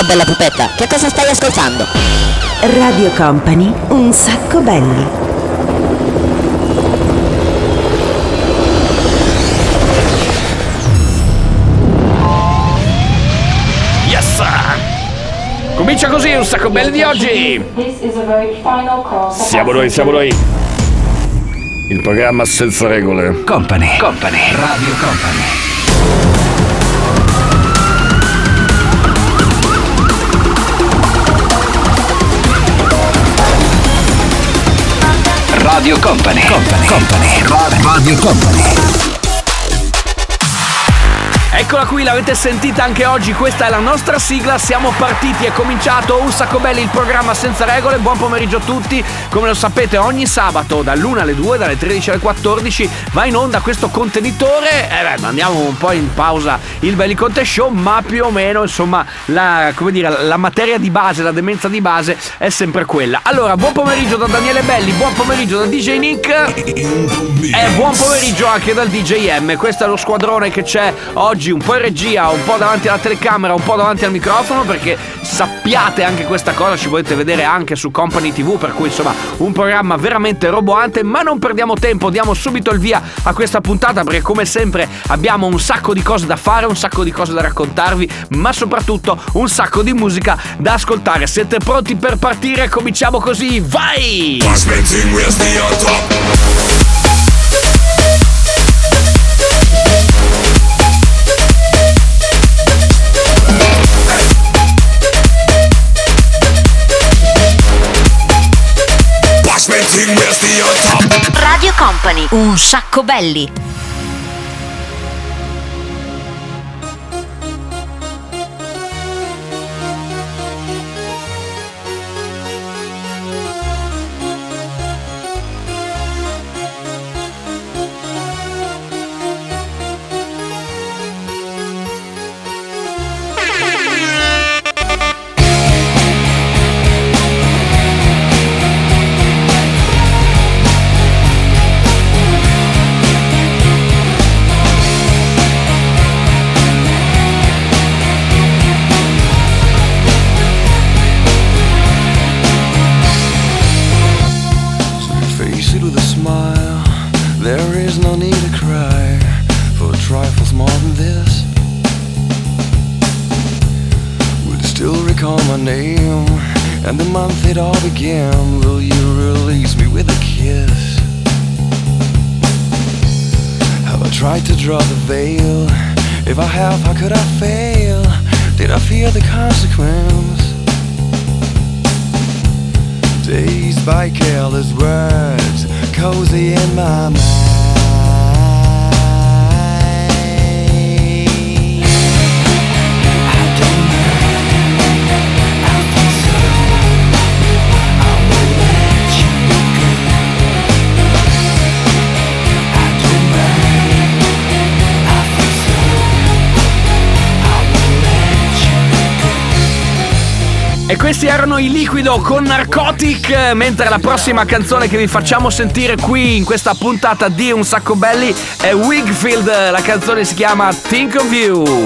bella pupetta, che cosa stai ascoltando? Radio Company, un sacco belli. Yes! Comincia così un sacco belli di oggi. Siamo noi. Il programma senza regole. Company. Radio Company. Radio Company. Radio Company. Eccola qui, l'avete sentita anche oggi, questa è la nostra sigla, siamo partiti, è cominciato un sacco belli il programma senza regole, buon pomeriggio a tutti, come lo sapete ogni sabato dall'1 alle 2, dalle 13 alle 14 va in onda questo contenitore, mandiamo un po' in pausa il Belli Conte Show, ma più o meno insomma la materia di base, la demenza di base è sempre quella. Allora, buon pomeriggio da Daniele Belli, buon pomeriggio da DJ Nick e buon pomeriggio anche dal DJ M, questo è lo squadrone che c'è oggi un po' in regia, un po' davanti alla telecamera, un po' davanti al microfono, perché sappiate anche questa cosa, ci potete vedere anche su Company TV, per cui insomma un programma veramente roboante. Ma non perdiamo tempo, diamo subito il via a questa puntata, perché come sempre abbiamo un sacco di cose da fare, un sacco di cose da raccontarvi, ma soprattutto un sacco di musica da ascoltare. Siete pronti per partire? Cominciamo così, vai! Radio Company, un sacco belli. And the month it all began, will you release me with a kiss? Have I tried to draw the veil? If I have, how could I fail? Did I fear the consequence? Dazed by careless words, cozy in my mind. E questi erano i Liquido con Narcotic, mentre la prossima canzone che vi facciamo sentire qui in questa puntata di Un Sacco Belli è Wigfield, la canzone si chiama Think of You.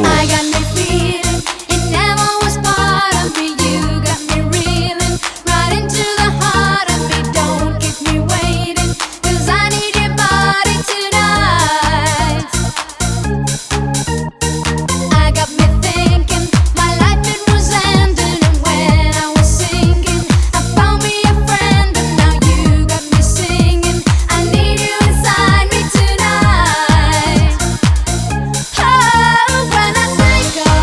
Oh, when I think of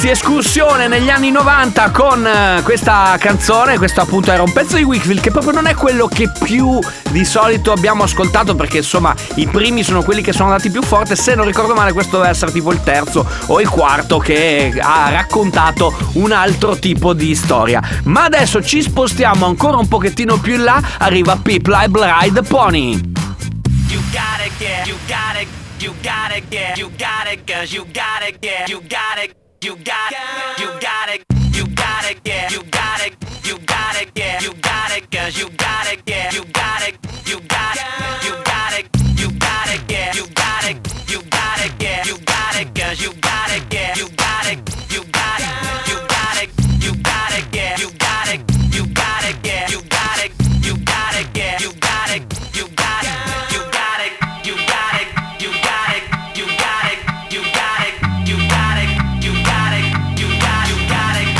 ragazzi, escursione negli anni 90 con questa canzone. Questo appunto era un pezzo di Wakefield che proprio non è quello che più di solito abbiamo ascoltato, perché insomma i primi sono quelli che sono andati più forte. Se non ricordo male questo deve essere tipo il terzo o il quarto che ha raccontato un altro tipo di storia. Ma adesso ci spostiamo ancora un pochettino più in là. Arriva P-Plab Ride the Pony. You got it, yeah. You got it. You got it, yeah. You got it, 'cause you got it, yeah. You got it. You got it. You got it. You got it, yeah. You got it. You got it, yeah. You got it, 'cause you got it, yeah. You got it. You got it. You got it. You got it, yeah. You got it. You got it, yeah. You got it, 'cause you got it, yeah. You got it. You got it. You got it. You got it, yeah. You got it. You got it, yeah. You got it. You got it, yeah. You got it. You got it. You got it. You got it. You got it. You got it. You got it. You got it. You got it. You got it. You got it.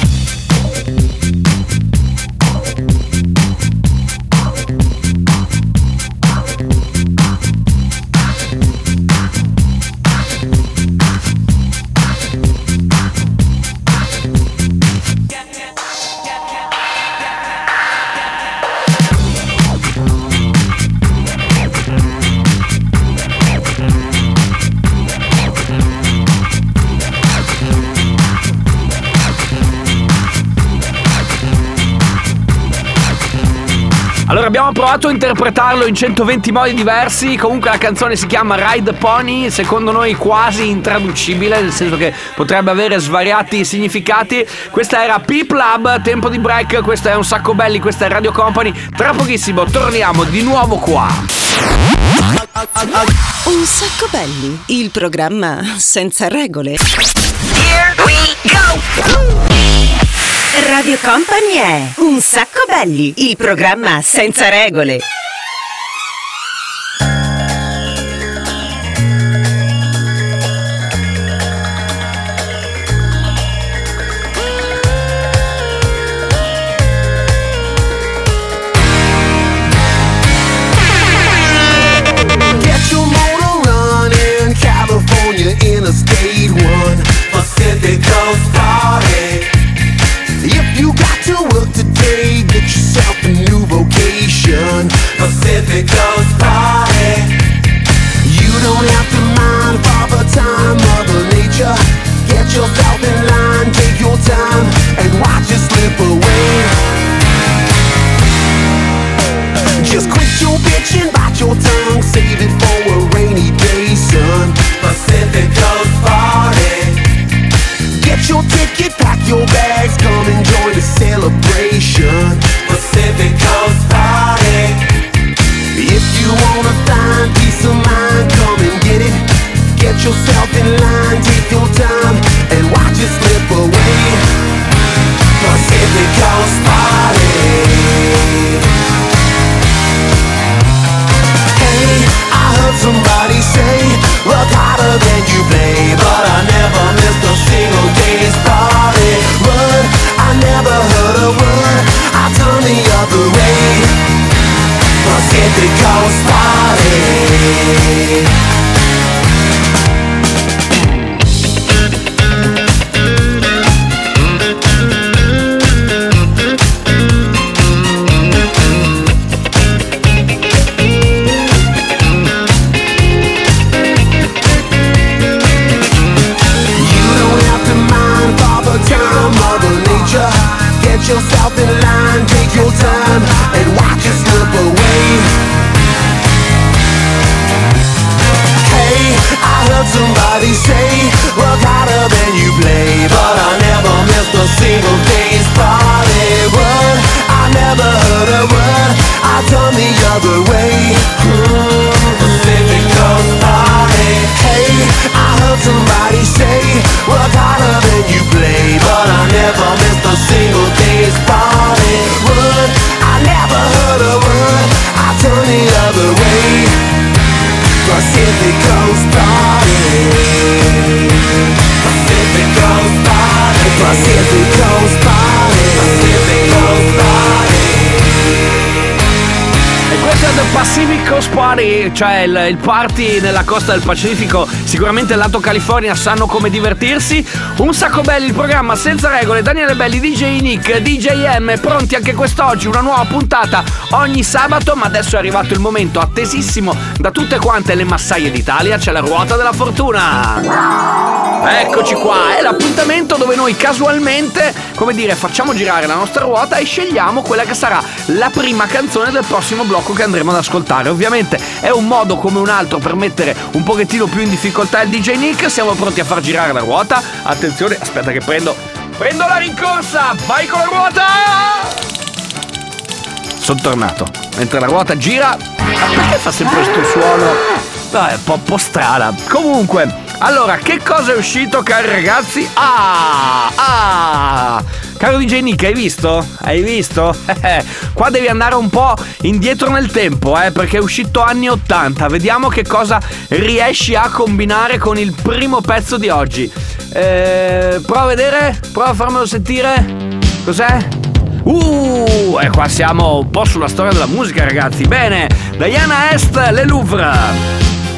Allora abbiamo provato a interpretarlo in 120 modi diversi. Comunque la canzone si chiama Ride the Pony, secondo noi quasi intraducibile, nel senso che potrebbe avere svariati significati. Questa era P-Plab, tempo di break. Questo è Un Sacco Belli, questa è Radio Company. Tra pochissimo torniamo di nuovo qua. Un Sacco Belli, il programma senza regole. Here we go! Radio Company è Un Sacco Belli, il programma senza regole. Get your motor running, California Interstate 1, Pacific Coast Party. If you got to work today, get yourself a new vocation, Pacific Coast Party. You don't have to mind Father Time, Mother Nature. Get yourself in line, take your time, and watch it slip away. Just quit your bitching, bite your tongue, save it for a rainy day, son. Pacific Coast Party. Get your ticket, pack your bags, come and join the celebration. Pacific Coast Party. If you wanna find peace of mind, come and get it. Get yourself in line, take your time, and watch it slip away. Pacific Coast Party. Hey, I heard somebody say, work harder than you play, but I never missed a single day's party. Word, I never heard a word, I turn the other way. Pacific Coast Party. Get yourself in line, take your time, and watch it slip away. Hey, I heard somebody say, work harder than you play, but I never missed a single day's party. Word, I never heard a word, I turn the other way. Pacific Coast Party. Hey, I heard somebody say, work harder than you play, but I never missed a single day's party. Word, I never heard a word, I turn the other way. Pacific Coast Party. Pacific Coast Party. Pacific Coast Party. Pacific Coast Party. E questa è The Pacific Coast Party, cioè il party nella costa del Pacifico. Sicuramente il lato California sanno come divertirsi. Un sacco belli, il programma senza regole. Daniele Belli, DJ Nick, DJ M, pronti anche quest'oggi, una nuova puntata ogni sabato. Ma adesso è arrivato il momento attesissimo da tutte quante le massaie d'Italia, c'è la ruota della fortuna. Eccoci qua, è l'appuntamento dove noi casualmente, come dire, facciamo girare la nostra ruota e scegliamo quella che sarà la prima canzone del prossimo blocco che andremo ad ascoltare. Ovviamente è un modo come un altro per mettere un pochettino più in difficoltà il DJ Nick. Siamo pronti a far girare la ruota. Attenzione, aspetta che prendo la rincorsa. Vai con la ruota. Sono tornato. Mentre la ruota gira. Ma perché fa sempre questo suono? No, è un po' strana. Comunque, allora, che cosa è uscito, cari ragazzi? Caro DJ Nick, hai visto? Qua devi andare un po' indietro nel tempo, perché è uscito anni 80. Vediamo che cosa riesci a combinare con il primo pezzo di oggi. Prova a vedere, prova a farmelo sentire. Cos'è? E qua siamo un po' sulla storia della musica, ragazzi. Bene, Diana Est, Le Louvre.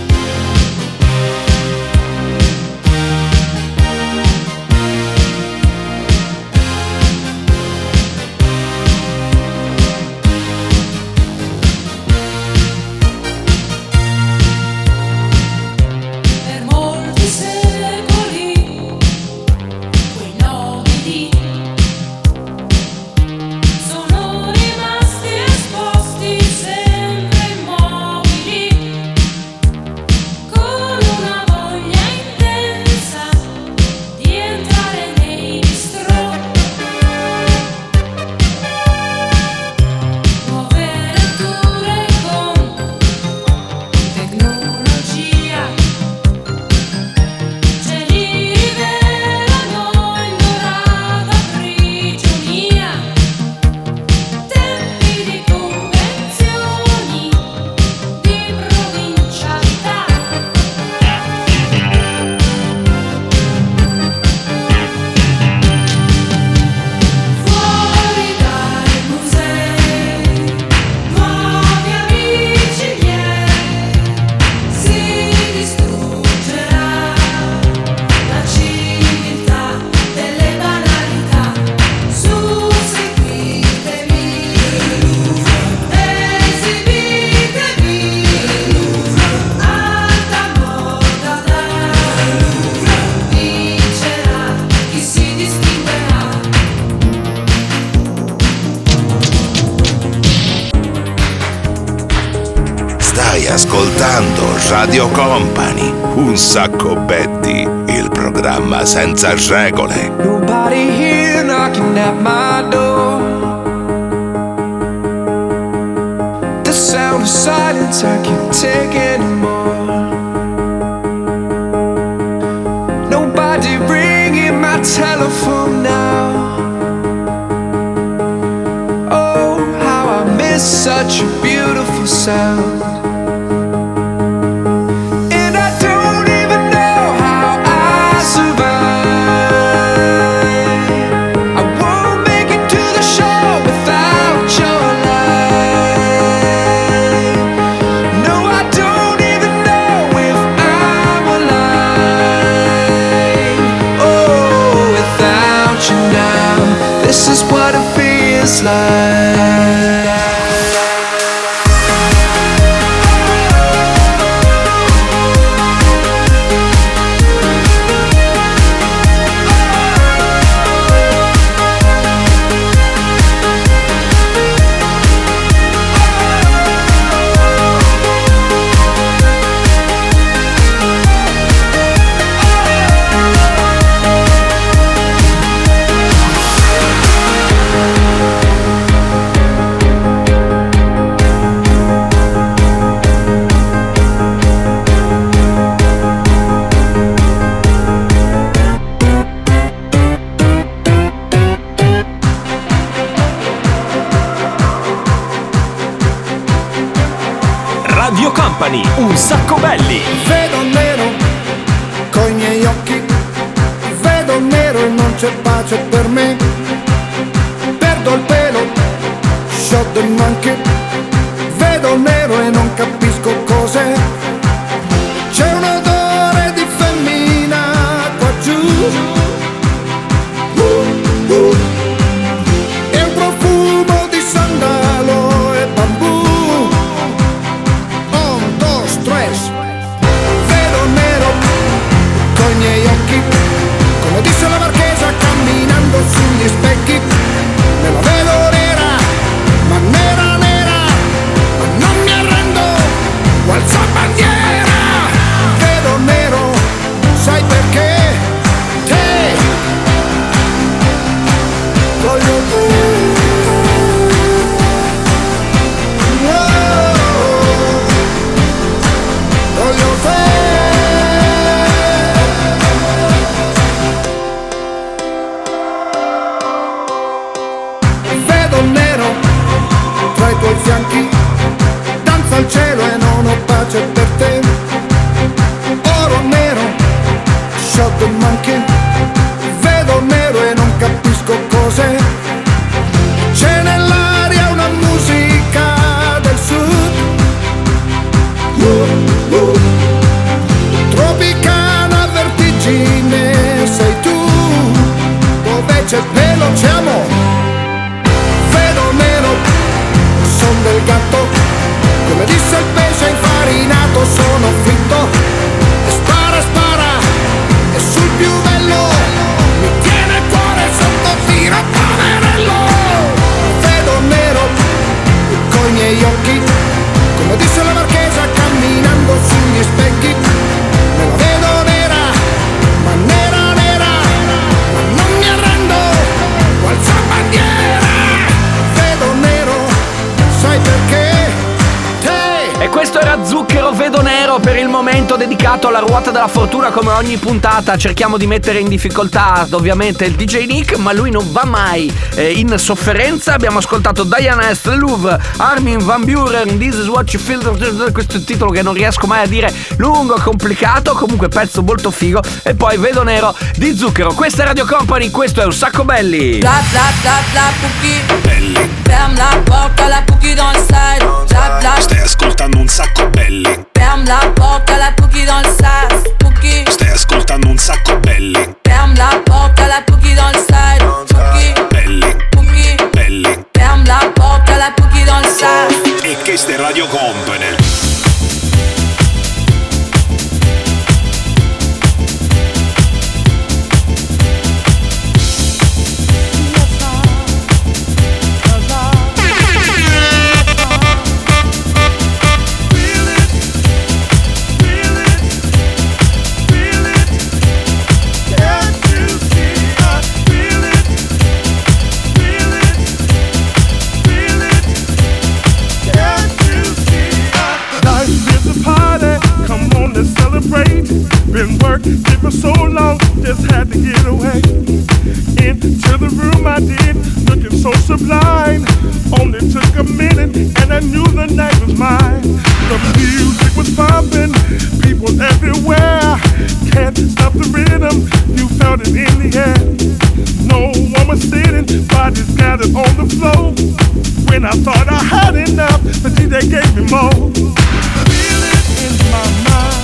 Ascoltando Radio Company, un sacco Betty, il programma senza regole. Nobody here knocking at my door. The sound of silence I can't take anymore. Nobody ringing my telephone now. Oh, how I miss such a beautiful sound. This is what it feels like. Radio Company, un sacco belli. Vedo nero coi miei occhi, vedo nero e non c'è pace per me. Perdo il pelo, shot the monkey, vedo nero e non momento dedicato alla ruota della fortuna. Come ogni puntata cerchiamo di mettere in difficoltà ovviamente il DJ Nick, ma lui non va mai in sofferenza. Abbiamo ascoltato Diana S, The Louvre, Armin van Buuren, This is what you feel. Questo è il titolo che non riesco mai a dire, lungo, complicato, comunque pezzo molto figo. E poi Vedo Nero di Zucchero. Questa è Radio Company, questo è Un Sacco Belli. Bla bla bla bla Cookie. Belli. Ferme la porta, la Cookie dans le side. Bla bla. Stai ascoltando Un Sacco Belli. Ferme la porta, la Cookie dans le side. Cookie. Stai ascoltando Un Sacco Belli. Ferme la porta, la Cookie dans le side. Cookie. Belli. Cookie. Belli. Ferme la porta, la Cookie dans le side. E questa è Radio Company. Been working for so long, just had to get away. Into the room I did, looking so sublime. Only took a minute and I knew the night was mine. The music was pumping, people everywhere. Can't stop the rhythm, you felt it in the air. No one was sitting, bodies gathered on the floor. When I thought I had enough, the DJ gave me more. Feel it in my mind.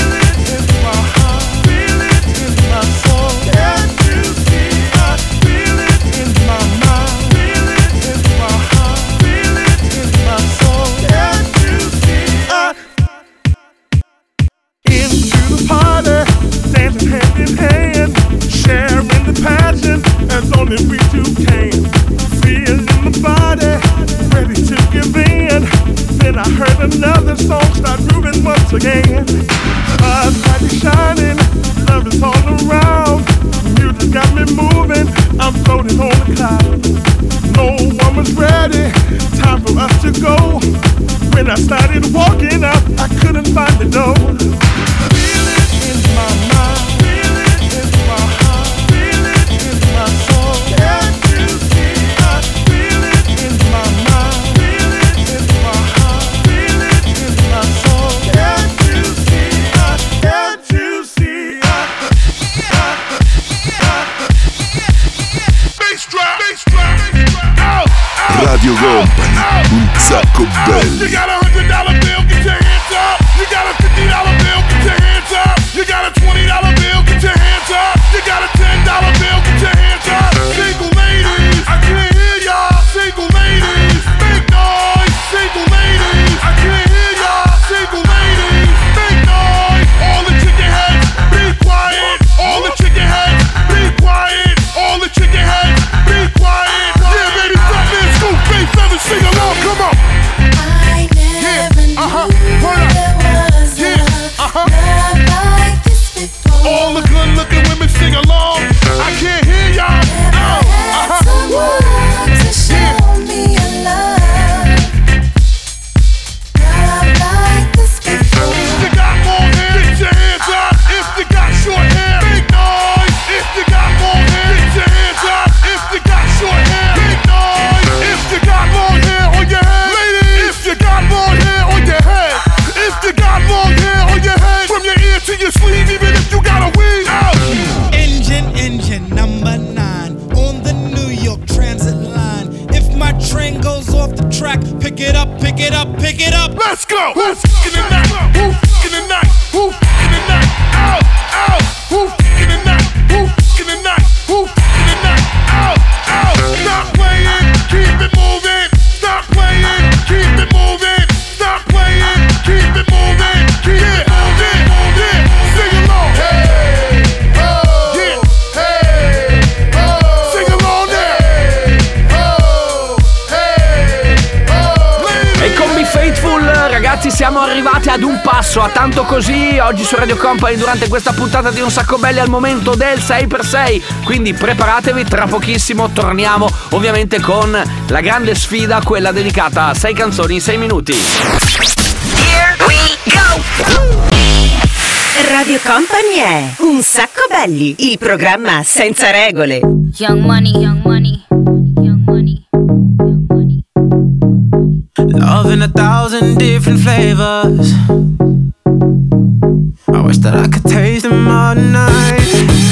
We two came, feeling the body, ready to give in. Then I heard another song start moving once again. Spotlight is shining, love is all around. Music got me moving, I'm floating on the cloud. No one was ready, time for us to go. When I started walking up, I couldn't find the door. Feel it in my mind. Radio Company, Un Sacco Belli. You got a $100 bill, get your hands up. You got a $50 bill, get your hands up. You got a $20 bill, get your hands up. You got a $10 bill, get your hands up. Single ladies, I can't hear y'all. Single ladies, make noise. Single ladies, I can't hear y'all. Single ladies, make noise. All the chicken heads, be quiet. All the chicken heads, be quiet. All the chicken heads, be quiet. Yeah, baby, stop this. Scoop, bass, feathers, sing along, come on. I never knew there was love like this before. All the good looking women sing along. I can't hear y'all. Someone to show me a love like this before. If you got more hair, get your hands up. If you got short hair, make noise. If you got more hair, get your hands up. If you got short hair, make noise. If you got long hair on your head, ladies. If you got long hair on your head. If you got long hair on your head, from your ear to your sleeve, even if you got a weave out. Engine number 9 on the New York Transit line. If my train goes off the track, pick it up, pick it up, pick it up. Let's go. Who's in the night? Who's in the night? Who's in the night? Out, out. Who's in the night? Who's in the night? Who's in the night? Out, out. Stop playing, keep it moving. Stop playing, keep it moving. Stop playing, keep it moving. Keep it moving, moving. Sing along. Hey, oh, yeah. Hey, oh, sing along there. Hey, oh, hey, oh. E con Be Faithful, ragazzi, siamo arrivati ad un passo, a tanto così, oggi su Radio Company durante questa puntata di Un Sacco Belli al momento del 6x6, quindi preparatevi, tra pochissimo torniamo ovviamente con la grande sfida, quella dedicata a 6 canzoni in 6 minuti. Here we go. Radio Company è Un Sacco Belli, il programma senza regole. Young money, young money, young money, young money. Love in 1,000 different flavors. I wish that I could taste them all night.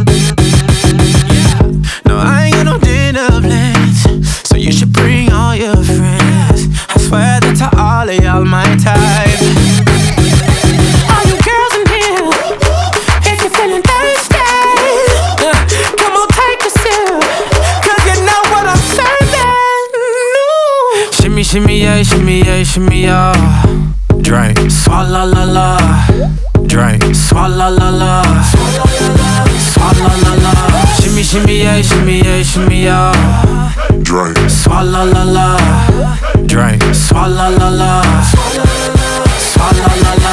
No, I ain't got no dinner plans, so you should bring all your friends. I swear that to all of y'all my type. All you girls in here, if you're feeling thirsty, come on take a sip, 'cause you know what I'm serving. No. Shimmy, shimmy, yeah, shimmy, yeah, shimmy, yeah. Drink, swalla la la. Drink, swalla la la. Swalla la la. Shimmy, shimmy, yeah, shimmy, yeah, shimmy, yeah. Drink, swalla la la. Drink, swalla la la. Swalla la la.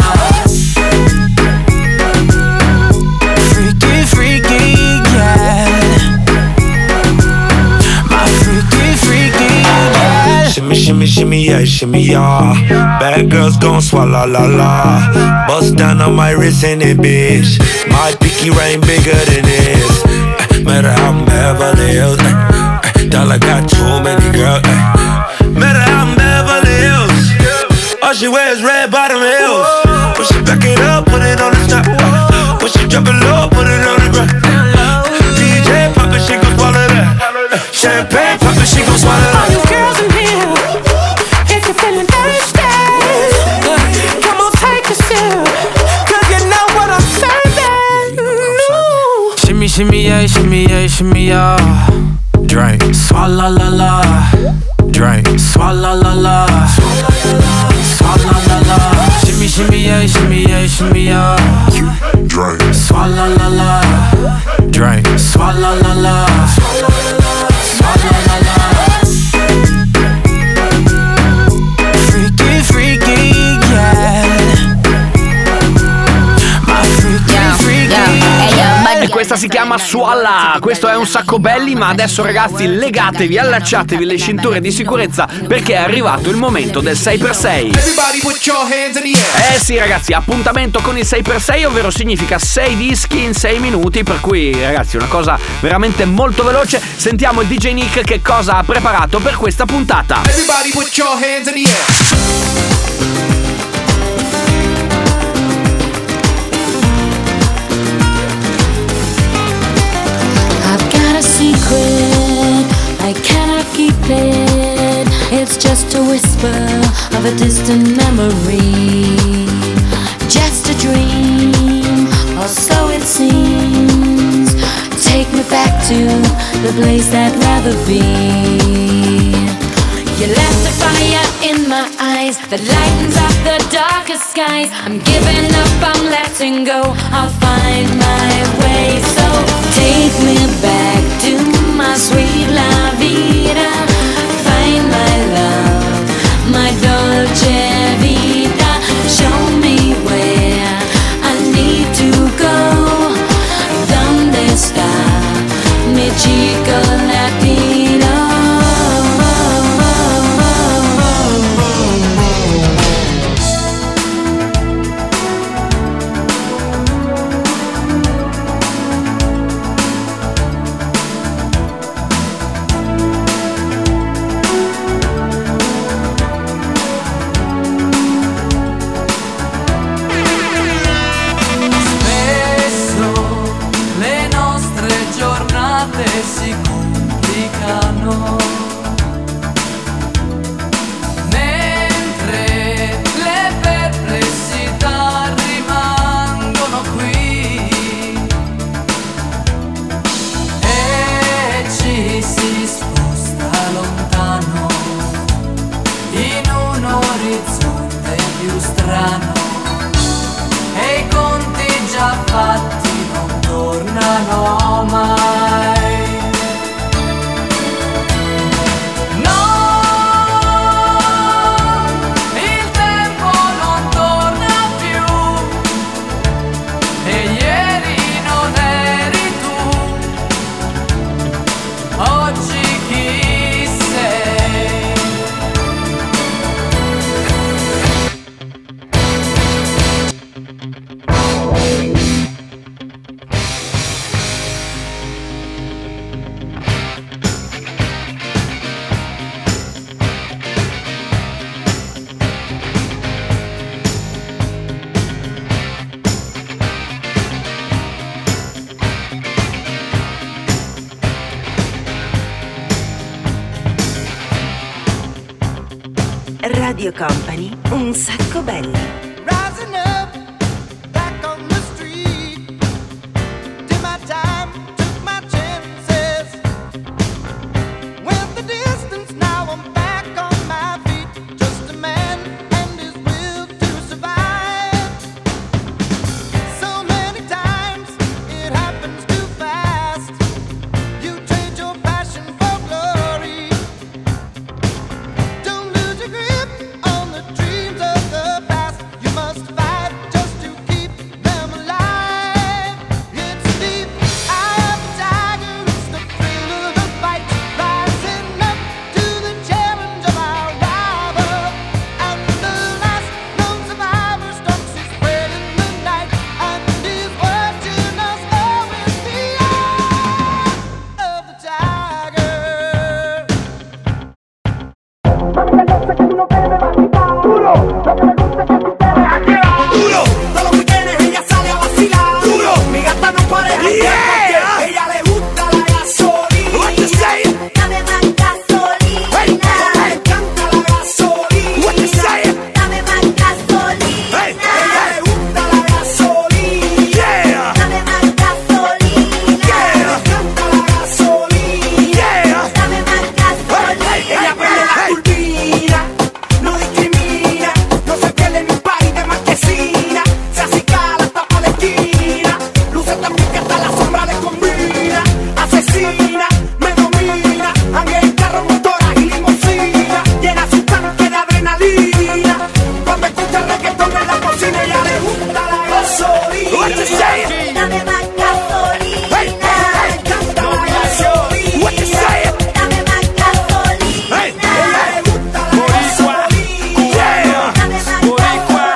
Freaky, freaky, yeah. My freaky, freaky, yeah. Shimmy, shimmy, shimmy, yeah, shimmy, yeah. Bad girls gon' swallow la la. Bust down on my wrist in it, bitch. My pinky ring bigger than this. Matter how I'm Beverly Hills. Dollar got too many girls. Matter how I'm Beverly Hills. All she wears red bottom heels. When she back it up, put it on the top. When she drop it low, put it on the ground. DJ pop it, she gon' swallow that. Champagne pop it, she gon' swallow that. All you girls in here, if you're feeling thirsty, come on take a sip, 'cause you know what I'm serving. No. Shimmy, shimmy, yeah, shimmy, yeah, shimmy, yeah. Drink, swalla la la. Drink, swalla la la. Swalla la la. Shimmy, shimmy, yeah, shimmy, yeah, shimmy, yeah. Drink, swalla la la. Drink, swalla la la. Swalla la la. Freaky, freaky, yeah. My freaky, freaky, yeah. E questa si chiama Swalla. Questo è Un Sacco Belli, ma adesso ragazzi legatevi, allacciatevi le cinture di sicurezza, perché è arrivato il momento del 6x6. Eh sì ragazzi, appuntamento con il 6x6, ovvero significa 6 dischi in 6 minuti, per cui ragazzi una cosa veramente molto veloce. Sentiamo il DJ Nick che cosa ha preparato per questa puntata. Everybody put your hands in the air. Secret, I cannot keep it. It's just a whisper of a distant memory. Just a dream, or so it seems. Take me back to the place I'd rather be. You left a fire in my eyes that lightens up the darkest skies. I'm giving up, I'm letting go. I'll find my way. So take me back to my sweet la vida. Find my love, my dolce vita. Show me where I need to go. Donde está mi chico latino? Radio Company, un sacco belli. Rising up, back on the street. Did my time, took my chances. Went the distance, now I'm back on my feet. Just a man and his will to survive. So many times it happens too fast. You trade your passion for glory. Don't lose your grip on the dreams of the past. You must fight just to keep them alive. It's deep, eye of the tiger, it's the thrill of the fight. Rising up to the challenge of our rival. And the last known survivor stalks his prey in the night. And is watching us all with the eye of the tiger. Duro, todos los weekends ella sale a vacilar. Duro, mi gata no para de janguear porque ella le gusta la gasolina. What you say? Dame más gasolina. Hey, le encanta la gasolina. What you say? Dame más gasolina. Hey, ella le gusta la gasolina. Yeah. Dame más gasolina. Yeah. Le encanta la gasolina. Yeah. Dame más gasolina. Ella prende la turbina, no discrimina, no se pierde ni un party de marquesina. Se acicala hasta pa' la esquina, luce tan bien que hasta la sombra le combina. Asesina, me domina, anga en carro, motora y limusina. Llena su tanque de adrenalina. Cuando escucha reggaetón en la cocina, ella le gusta la gasolina. What you say? Dame más gasolina. Hey, le encanta la gasolina. What you say? Dame más gasolina. Hey, ella le gusta la gasolina. Yeah. Dame más gasolina.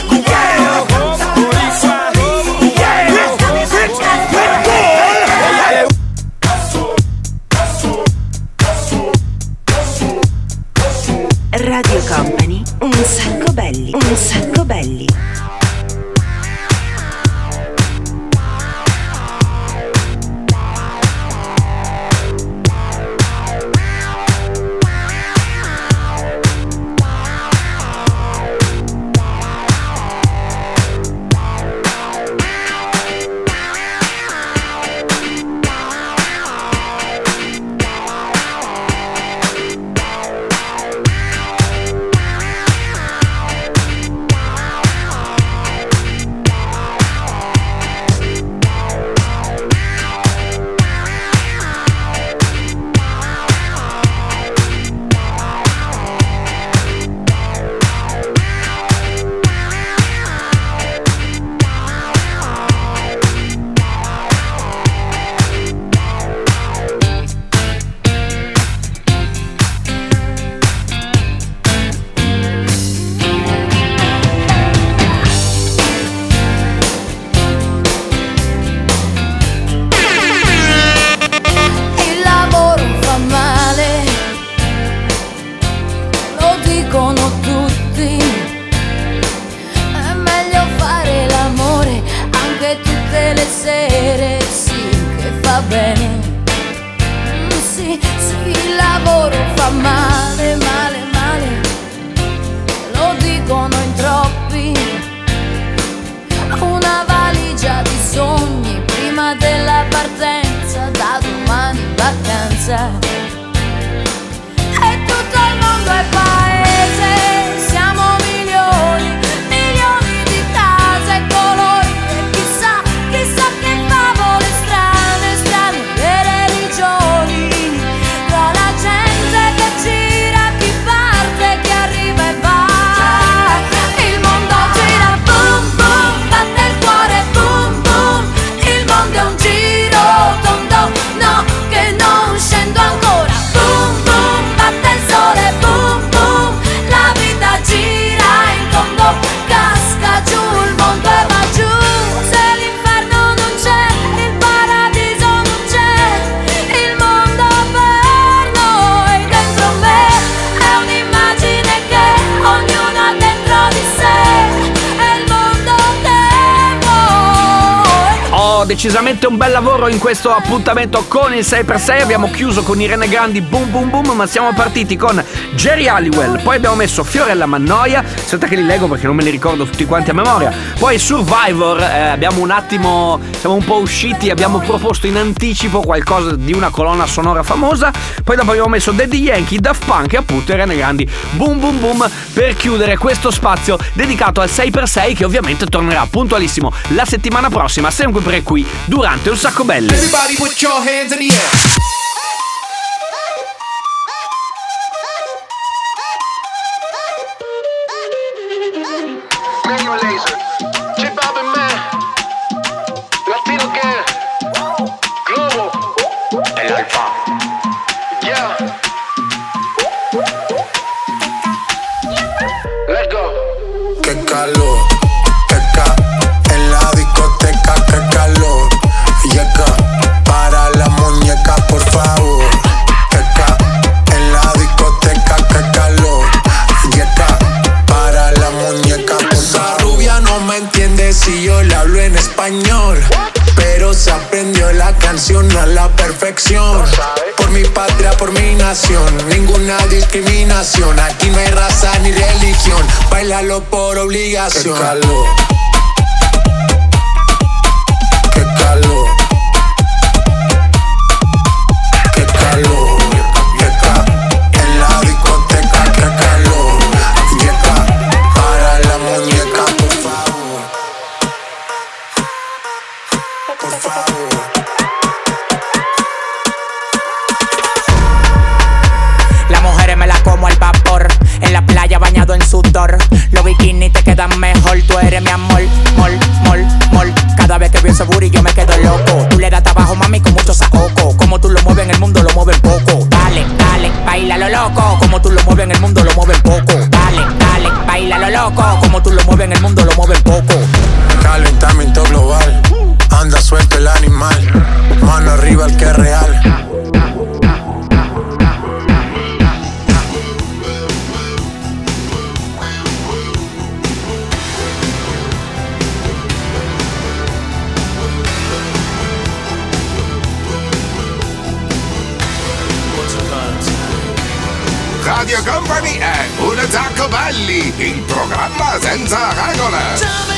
Radio Company, un sacco belli, un sacco belli. Il lavoro fa male, lo dicono tutti. È meglio fare l'amore anche tutte le sere, sì, che fa bene. Sì, sì, il lavoro fa male, male, male, lo dicono in troppi. Una valigia di sogni prima della partenza, da domani in vacanza. E tutto il mondo è paese, siamo milioni, milioni di case e colori. E chissà, chissà che favole strane, strane fatto decisamente un bel lavoro in questo appuntamento con il 6x6. Abbiamo chiuso con Irene Grandi, Boom Boom Boom, ma siamo partiti con Jerry Halliwell, poi abbiamo messo Fiorella Mannoia, aspetta che li leggo perché non me li ricordo tutti quanti a memoria, poi Survivor, abbiamo un attimo, siamo un po' usciti, abbiamo proposto in anticipo qualcosa di una colonna sonora famosa, poi dopo abbiamo messo Daddy Yankee, Daft Punk e appunto Irene Grandi, Boom Boom Boom, per chiudere questo spazio dedicato al 6x6 che ovviamente tornerà puntualissimo la settimana prossima, sempre qui durante Un Sacco Belli. Everybody put your hands in the air. Si yo le hablo en español, pero se aprendió la canción a la perfección. Por mi patria, por mi nación, ninguna discriminación. Aquí no hay raza ni religión, bailalo por obligación. Qué calor, qué calor, qué calor. En la discoteca, qué calor. Yeca, para la muñeca, por favor. Por favor. Las mujeres me las como al vapor, en la playa bañado en sudor. Los bikinis te quedan mejor, tú eres mi amor, mol, mol, mol. Cada vez que veo ese booty yo me quedo loco. Tú le das trabajo, mami, con mucho saoco. Como tú lo mueves en el mundo, lo mueves poco. Dale, dale, baila lo loco. Como tú lo mueves en el mundo, lo mueves poco. Dale, dale, baila lo loco. Como tú lo mueves en el mundo, lo mueves poco. Calentamiento global, anda suelto el animal. Mano arriba el que es real. Radio Company è Un Sacco Belli, il programma senza regole.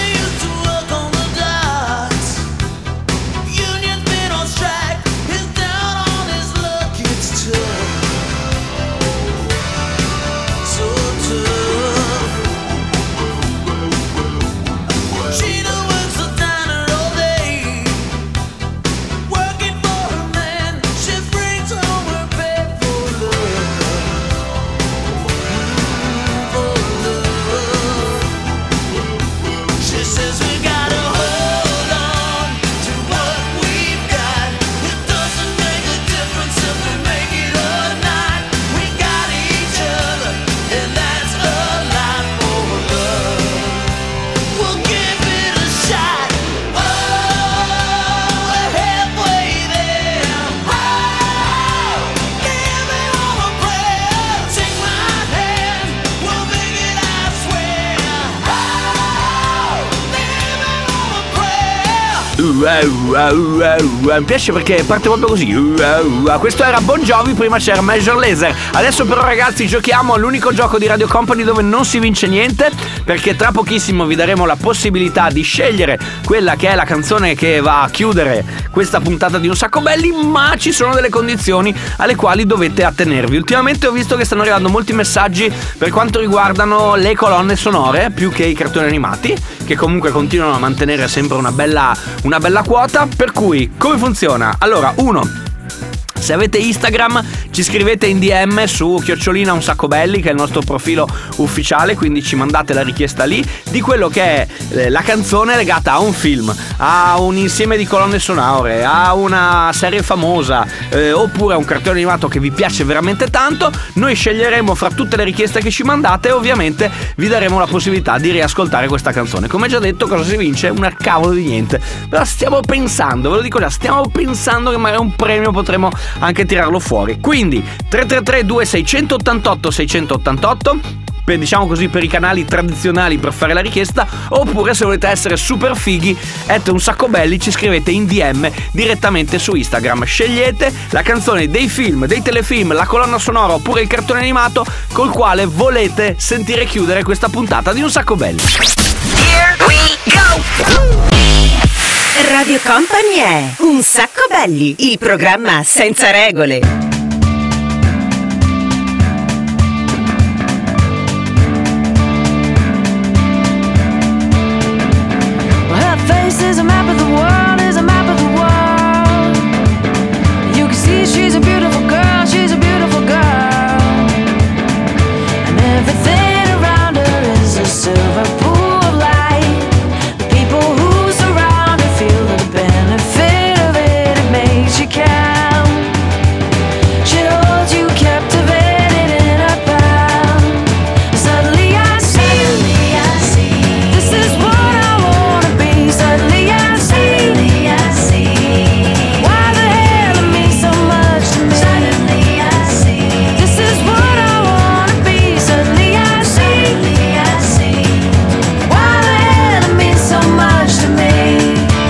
Mi piace perché parte proprio così. Questo era Bon Jovi, prima c'era Major Lazer. Adesso però ragazzi giochiamo all'unico gioco di Radio Company dove non si vince niente, perché tra pochissimo vi daremo la possibilità di scegliere quella che è la canzone che va a chiudere questa puntata di Un Sacco Belli, ma ci sono delle condizioni alle quali dovete attenervi. Ultimamente ho visto che stanno arrivando molti messaggi per quanto riguardano le colonne sonore più che i cartoni animati, che comunque continuano a mantenere sempre una bella quota. Per cui come funziona? Allora, 1. Se avete Instagram ci scrivete in DM su @unsaccobelli, che è il nostro profilo ufficiale, quindi ci mandate la richiesta lì di quello che è la canzone legata a un film, a un insieme di colonne sonore, a una serie famosa, oppure a un cartone animato che vi piace veramente tanto. Noi sceglieremo fra tutte le richieste che ci mandate e ovviamente vi daremo la possibilità di riascoltare questa canzone. Come già detto, cosa si vince? Una cavolo di niente, però stiamo pensando, ve lo dico già, stiamo pensando che magari un premio potremo anche tirarlo fuori. Quindi 333 2688 688, diciamo così, per i canali tradizionali per fare la richiesta, oppure se volete essere super fighi, @unsaccobelli, ci scrivete in DM direttamente su Instagram. Scegliete la canzone dei film, dei telefilm, la colonna sonora oppure il cartone animato col quale volete sentire chiudere questa puntata di Un Sacco Belli. Here we go! Radio Company è Un Sacco Belli, il programma senza regole. Is a map of the world, is a map of the world. You can see she's a beautiful girl, she's a beautiful girl. And everything around her is a silver pool of light. The people who surround her feel the benefit of it, it makes you count. She holds you captivated in her palm. Suddenly I see, this is what I wanna be. Suddenly I see why the hell it means so much to me. Suddenly I see, this is what I wanna be. Suddenly I see why the hell it means so much to me.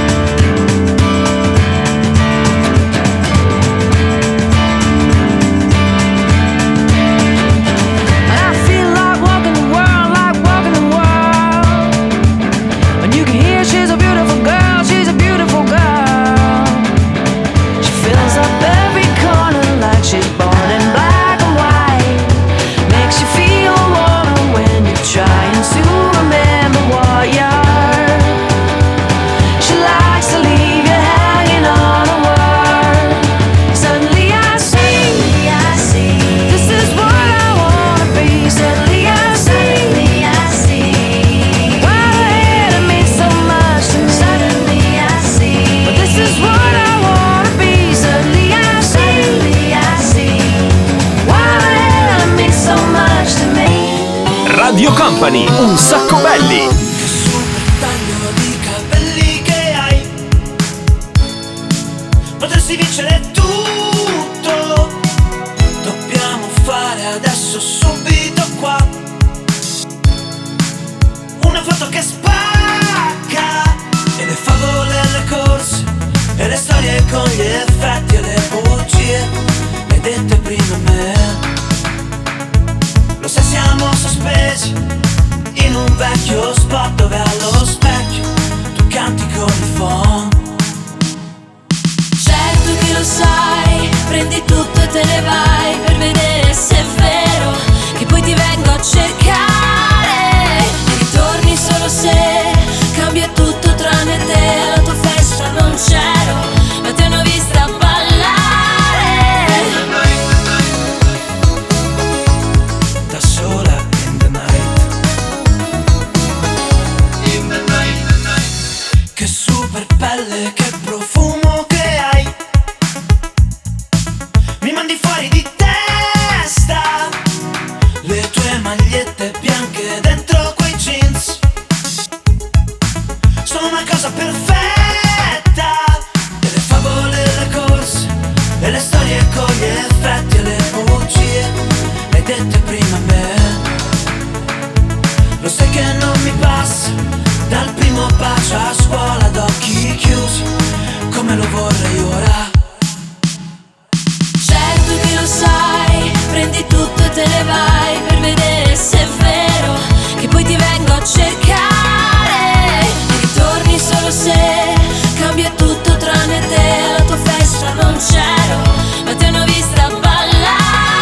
And I feel like walking the world, like walking the world. And you can hear she's a beautiful girl, she's a beautiful girl. She fills up every corner like she's born in black and white. Makes you feel warmer when you're trying to remember what you're. She likes to leave you hanging on a word. Suddenly I see, this is what I wanna be. Suddenly I see why the hell it means so much to me. Suddenly I see, but this is what I wanna be. Suddenly I see why the hell it means so much to me. Radio Company, Un Sacco Belli. Di capelli che hai, potresti vincere tutto. Dobbiamo fare adesso subito qua una foto che spacca, e le favole, le corse e le storie con gli effetti e le bugie, le hai dette prima a me. Lo sai, siamo sospesi in un vecchio spot dove allo specchio tu canti con il phon. Certo che lo sai, prendi tutto e te ne vai per vedere se è vero che poi ti vengo a cercare e ritorni solo se cambia tutto tranne te. La tua festa non c'ero, ma ti hanno vista ballare. Da sola in the night, che super pelle, che profumo che hai. Mi mandi fuori di testa, le tue magliette bianche dentro quei jeans sono una cosa perfetta. E le favole, le corse e le storie con gli effetti e le bugie, le hai dette prima a me. Lo sai che non mi passa dal primo bacio a scuola ad occhi chiusi, come lo vorrei ora. Certo che lo sai, prendi tutto e te ne vai per vedere se è vero che poi ti vengo a cercare e ritorni solo se cambia tutto tranne te. La tua festa non c'ero, ma ti hanno vista ballare.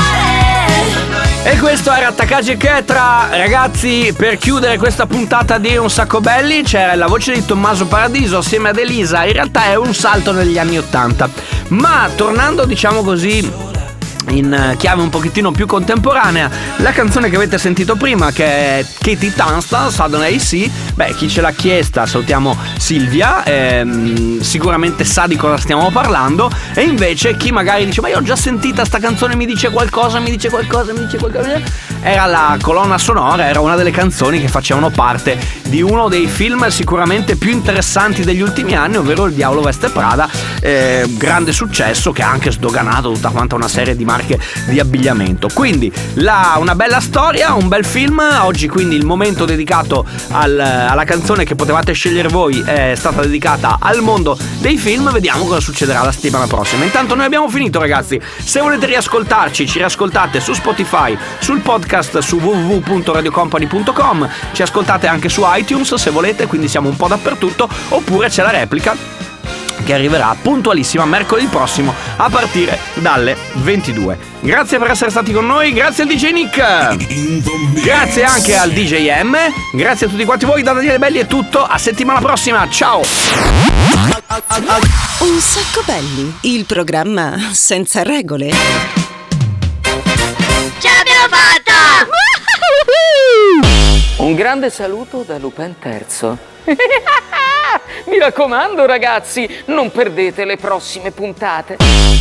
E questo era Takagi Ketra. Ragazzi, per chiudere questa puntata di Un Sacco Belli c'era la voce di Tommaso Paradiso assieme ad Elisa. In realtà è un salto negli anni '80, ma tornando, diciamo così, in chiave un pochettino più contemporanea, la canzone che avete sentito prima, che è Katie Tunstall, Sudden AC, beh, chi ce l'ha chiesta, salutiamo Silvia, sicuramente sa di cosa stiamo parlando. E invece chi magari dice ma io ho già sentita sta canzone, mi dice qualcosa, era la colonna sonora, era una delle canzoni che facevano parte di uno dei film sicuramente più interessanti degli ultimi anni, ovvero Il Diavolo Veste Prada, grande successo che ha anche sdoganato tutta quanta una serie di marche di abbigliamento. Quindi una bella storia, un bel film. Oggi quindi il momento dedicato alla canzone che potevate scegliere voi è stata dedicata al mondo dei film. Vediamo cosa succederà la settimana prossima. Intanto noi abbiamo finito, ragazzi. Se volete riascoltarci, ci riascoltate su Spotify, sul podcast su www.radiocompany.com, ci ascoltate anche su iTunes se volete, quindi siamo un po' dappertutto, oppure c'è la replica che arriverà puntualissima mercoledì prossimo a partire dalle 22. Grazie per essere stati con noi, grazie al DJ Nick, grazie anche al DJ M, grazie a tutti quanti voi. Da Daniele Belli è tutto, a settimana prossima, ciao. Un sacco belli, il programma senza regole. Ce l'abbiamo fatta! Un grande saluto da Lupin III. Mi raccomando, ragazzi, non perdete le prossime puntate.